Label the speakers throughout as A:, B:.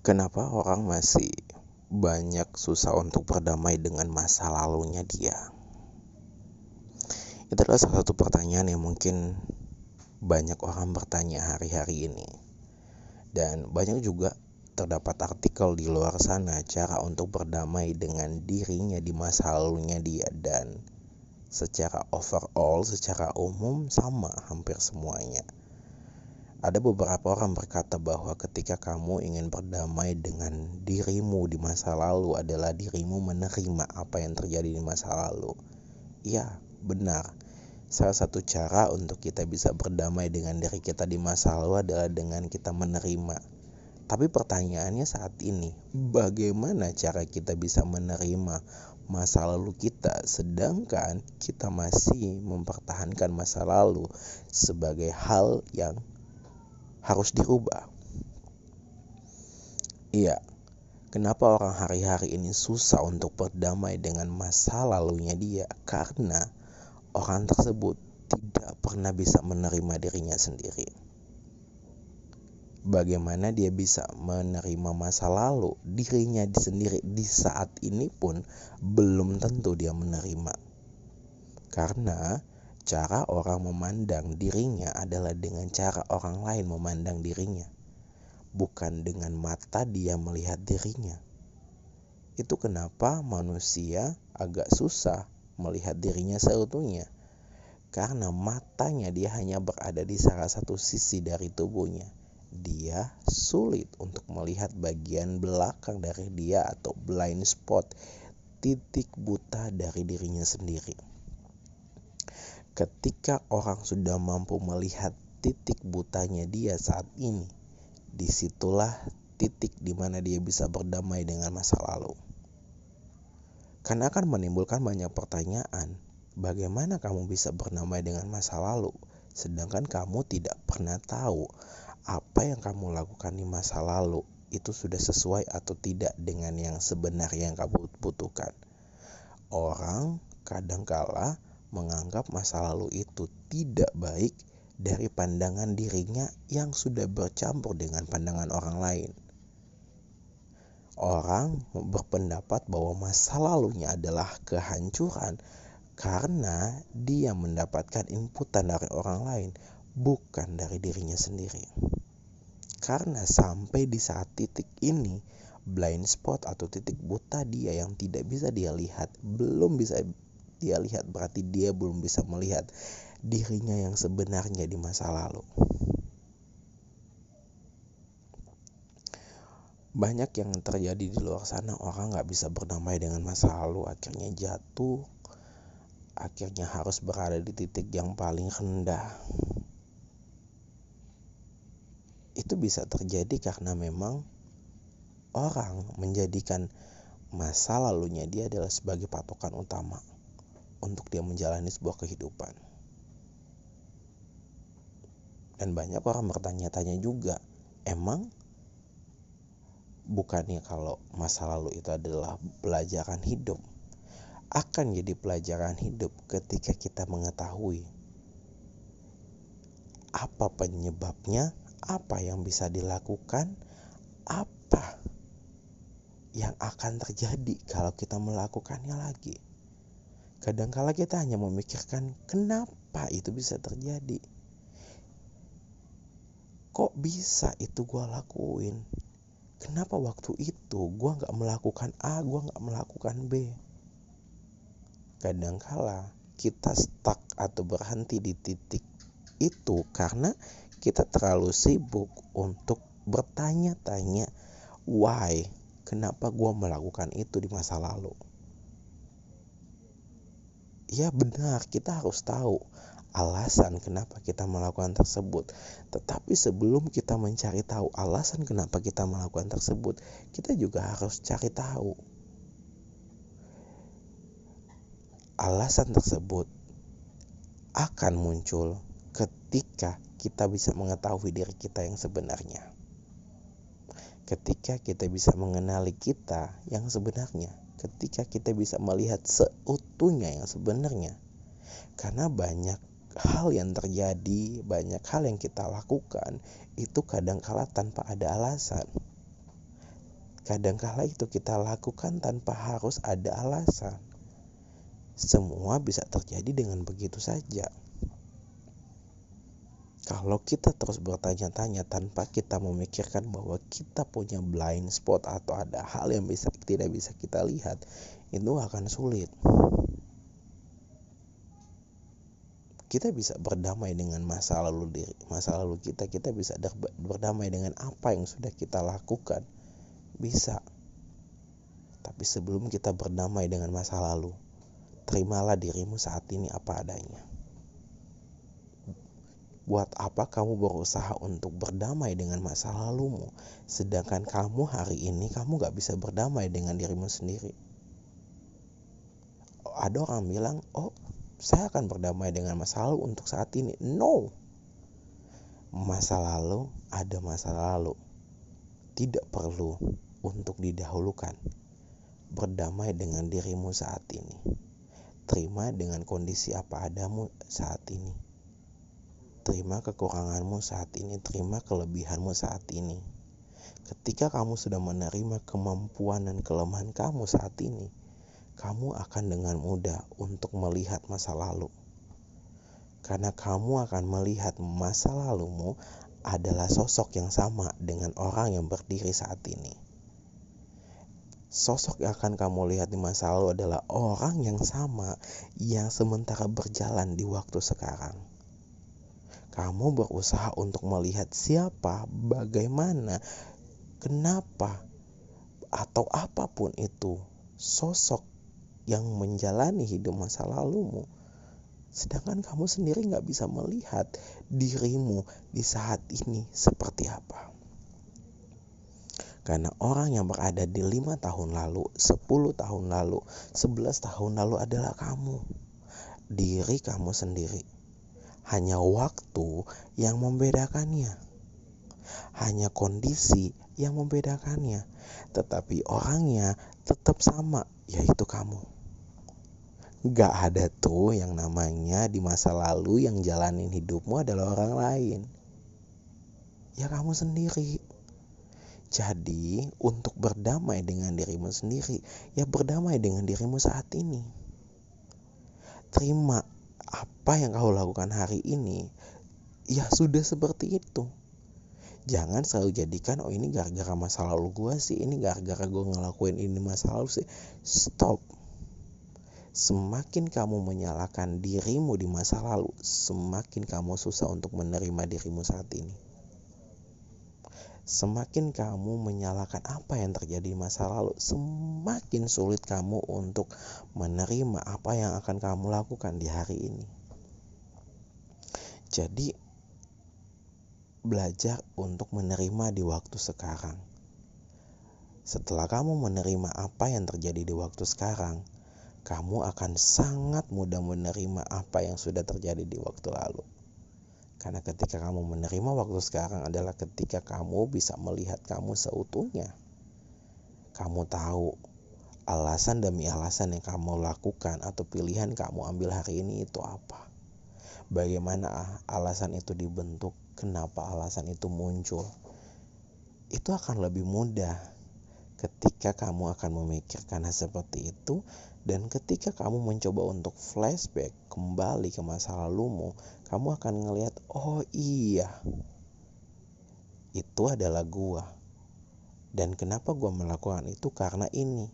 A: Kenapa orang masih banyak susah untuk berdamai dengan masa lalunya dia? Itu adalah salah satu pertanyaan yang mungkin banyak orang bertanya hari-hari ini. Dan banyak juga terdapat artikel di luar sana cara untuk berdamai dengan dirinya di masa lalunya dia. Dan secara overall, secara umum sama hampir semuanya. Ada beberapa orang berkata bahwa ketika kamu ingin berdamai dengan dirimu di masa lalu adalah dirimu menerima apa yang terjadi di masa lalu. Ya, benar. Salah satu cara untuk kita bisa berdamai dengan diri kita di masa lalu adalah dengan kita menerima. Tapi pertanyaannya saat ini, bagaimana cara kita bisa menerima masa lalu kita sedangkan kita masih mempertahankan masa lalu sebagai hal yang harus dirubah? Iya, kenapa orang hari-hari ini susah untuk berdamai dengan masa lalunya dia? Karena orang tersebut tidak pernah bisa menerima dirinya sendiri. Bagaimana dia bisa menerima masa lalu dirinya sendiri di saat ini pun belum tentu dia menerima. Karena cara orang memandang dirinya adalah dengan cara orang lain memandang dirinya, bukan dengan mata dia melihat dirinya. Itu kenapa manusia agak susah melihat dirinya seutuhnya. Karena matanya dia hanya berada di salah satu sisi dari tubuhnya. Dia sulit untuk melihat bagian belakang dari dia atau blind spot, titik buta dari dirinya sendiri. Ketika orang sudah mampu melihat titik butanya dia saat ini, disitulah titik di mana dia bisa berdamai dengan masa lalu. Karena akan menimbulkan banyak pertanyaan, bagaimana kamu bisa berdamai dengan masa lalu, sedangkan kamu tidak pernah tahu apa yang kamu lakukan di masa lalu itu sudah sesuai atau tidak dengan yang sebenarnya yang kamu butuhkan. Orang kadangkala menganggap masa lalu itu tidak baik dari pandangan dirinya yang sudah bercampur dengan pandangan orang lain. Orang berpendapat bahwa masa lalunya adalah kehancuran karena dia mendapatkan inputan dari orang lain, bukan dari dirinya sendiri. Karena sampai di saat titik ini, blind spot atau titik buta dia yang tidak bisa dia lihat, belum bisa dia lihat, berarti dia belum bisa melihat dirinya yang sebenarnya di masa lalu. Banyak yang terjadi di luar sana, orang gak bisa berdamai dengan masa lalu, akhirnya jatuh, akhirnya harus berada di titik yang paling rendah. Itu bisa terjadi karena memang orang menjadikan masa lalunya dia adalah sebagai patokan utama untuk dia menjalani sebuah kehidupan. Dan banyak orang bertanya-tanya juga, emang bukannya kalau masa lalu itu adalah pelajaran hidup? Akan jadi pelajaran hidup ketika kita mengetahui apa penyebabnya, apa yang bisa dilakukan, apa yang akan terjadi kalau kita melakukannya lagi. Kadangkala kita hanya memikirkan kenapa itu bisa terjadi. Kok bisa itu gue lakuin? Kenapa waktu itu gue gak melakukan A, gue gak melakukan B? Kadangkala kita stuck atau berhenti di titik itu karena kita terlalu sibuk untuk bertanya-tanya why, kenapa gue melakukan itu di masa lalu. Ya benar, kita harus tahu alasan kenapa kita melakukan tersebut. Tetapi sebelum kita mencari tahu alasan kenapa kita melakukan tersebut, kita juga harus cari tahu alasan tersebut akan muncul ketika kita bisa mengetahui diri kita yang sebenarnya. Ketika kita bisa mengenali kita yang sebenarnya, ketika kita bisa melihat seutuhnya yang sebenarnya. Karena banyak hal yang terjadi, banyak hal yang kita lakukan itu kadangkala tanpa ada alasan. kadangkala itu kita lakukan tanpa harus ada alasan. Semua bisa terjadi dengan begitu saja. Kalau kita terus bertanya-tanya tanpa kita memikirkan bahwa kita punya blind spot atau ada hal yang tidak bisa kita lihat, itu akan sulit. Kita bisa berdamai dengan masa lalu kita bisa berdamai dengan apa yang sudah kita lakukan, bisa. Tapi sebelum kita berdamai dengan masa lalu, terimalah dirimu saat ini apa adanya. Buat apa kamu berusaha untuk berdamai dengan masa lalumu, sedangkan kamu hari ini kamu gak bisa berdamai dengan dirimu sendiri. Ada orang bilang, saya akan berdamai dengan masa lalu untuk saat ini. No. Masa lalu ada masa lalu. Tidak perlu untuk didahulukan. Berdamai dengan dirimu saat ini. Terima dengan kondisi apa adamu saat ini. Terima kekuranganmu saat ini. Terima kelebihanmu saat ini. Ketika kamu sudah menerima kemampuan dan kelemahan kamu saat ini, kamu akan dengan mudah untuk melihat masa lalu. Karena kamu akan melihat masa lalumu adalah sosok yang sama dengan orang yang berdiri saat ini. Sosok yang akan kamu lihat di masa lalu adalah orang yang sama yang sementara berjalan di waktu sekarang. Kamu berusaha untuk melihat siapa, bagaimana, kenapa, atau apapun itu sosok yang menjalani hidup masa lalumu, sedangkan kamu sendiri gak bisa melihat dirimu di saat ini seperti apa. Karena orang yang berada di 5 tahun lalu, 10 tahun lalu, 11 tahun lalu adalah kamu, diri kamu sendiri. Hanya waktu yang membedakannya, hanya kondisi yang membedakannya, tetapi orangnya tetap sama, yaitu kamu. Gak ada tuh yang namanya di masa lalu yang jalanin hidupmu adalah orang lain. Ya kamu sendiri. Jadi untuk berdamai dengan dirimu sendiri, ya berdamai dengan dirimu saat ini. Terima apa yang kau lakukan hari ini. Ya sudah seperti itu. Jangan selalu jadikan, ini gara-gara masa lalu gue sih, ini gara-gara gue ngelakuin ini masa lalu sih. Stop. Semakin kamu menyalahkan dirimu di masa lalu, semakin kamu susah untuk menerima dirimu saat ini. Semakin kamu menyalahkan apa yang terjadi di masa lalu, semakin sulit kamu untuk menerima apa yang akan kamu lakukan di hari ini. Jadi, belajar untuk menerima di waktu sekarang. Setelah kamu menerima apa yang terjadi di waktu sekarang, kamu akan sangat mudah menerima apa yang sudah terjadi di waktu lalu. Karena ketika kamu menerima waktu sekarang adalah ketika kamu bisa melihat kamu seutuhnya. Kamu tahu alasan demi alasan yang kamu lakukan atau pilihan kamu ambil hari ini itu apa. Bagaimana alasan itu dibentuk, kenapa alasan itu muncul. Itu akan lebih mudah ketika kamu akan memikirkan hal seperti itu. Dan ketika kamu mencoba untuk flashback kembali ke masa lalumu, kamu akan ngelihat, oh iya, itu adalah gua. Dan kenapa gua melakukan itu? Karena ini.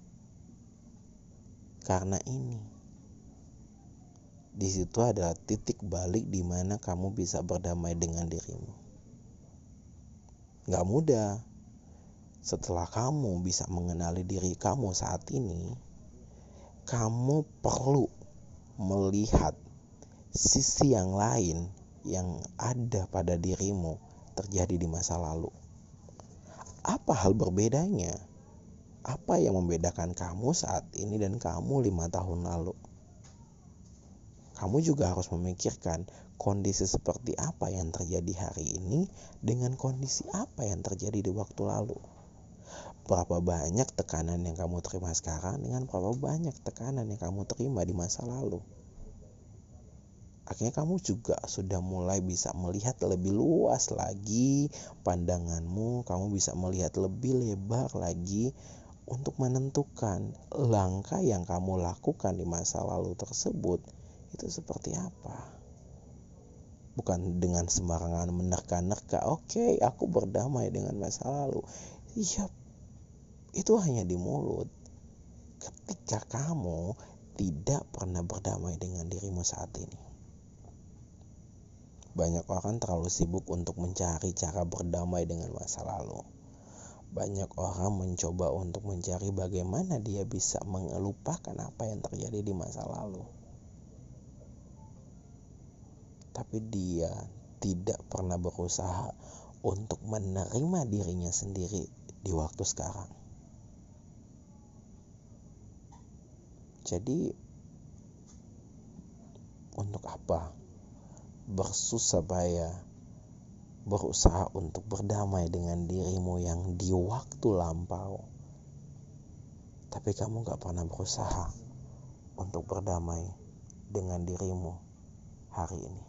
A: Di situ adalah titik balik di mana kamu bisa berdamai dengan dirimu. Gak mudah. Setelah kamu bisa mengenali diri kamu saat ini, kamu perlu melihat sisi yang lain yang ada pada dirimu terjadi di masa lalu. Apa hal berbedanya? Apa yang membedakan kamu saat ini dan kamu 5 tahun lalu? Kamu juga harus memikirkan kondisi seperti apa yang terjadi hari ini dengan kondisi apa yang terjadi di waktu lalu. Berapa banyak tekanan yang kamu terima sekarang dengan berapa banyak tekanan yang kamu terima di masa lalu. akhirnya kamu juga sudah mulai bisa melihat lebih luas lagi pandanganmu, kamu bisa melihat lebih lebar lagi untuk menentukan langkah yang kamu lakukan di masa lalu tersebut itu seperti apa. Bukan dengan sembarangan menerka-nerka, oke, aku berdamai dengan masa lalu. Iya, itu hanya di mulut. Ketika kamu tidak pernah berdamai dengan dirimu saat ini. Banyak orang terlalu sibuk untuk mencari cara berdamai dengan masa lalu. Banyak orang mencoba untuk mencari bagaimana dia bisa melupakan apa yang terjadi di masa lalu. Tapi dia tidak pernah berusaha untuk menerima dirinya sendiri di waktu sekarang. Jadi, untuk apa bersusah payah berusaha untuk berdamai dengan dirimu yang di waktu lampau, tapi kamu gak pernah berusaha untuk berdamai dengan dirimu hari ini?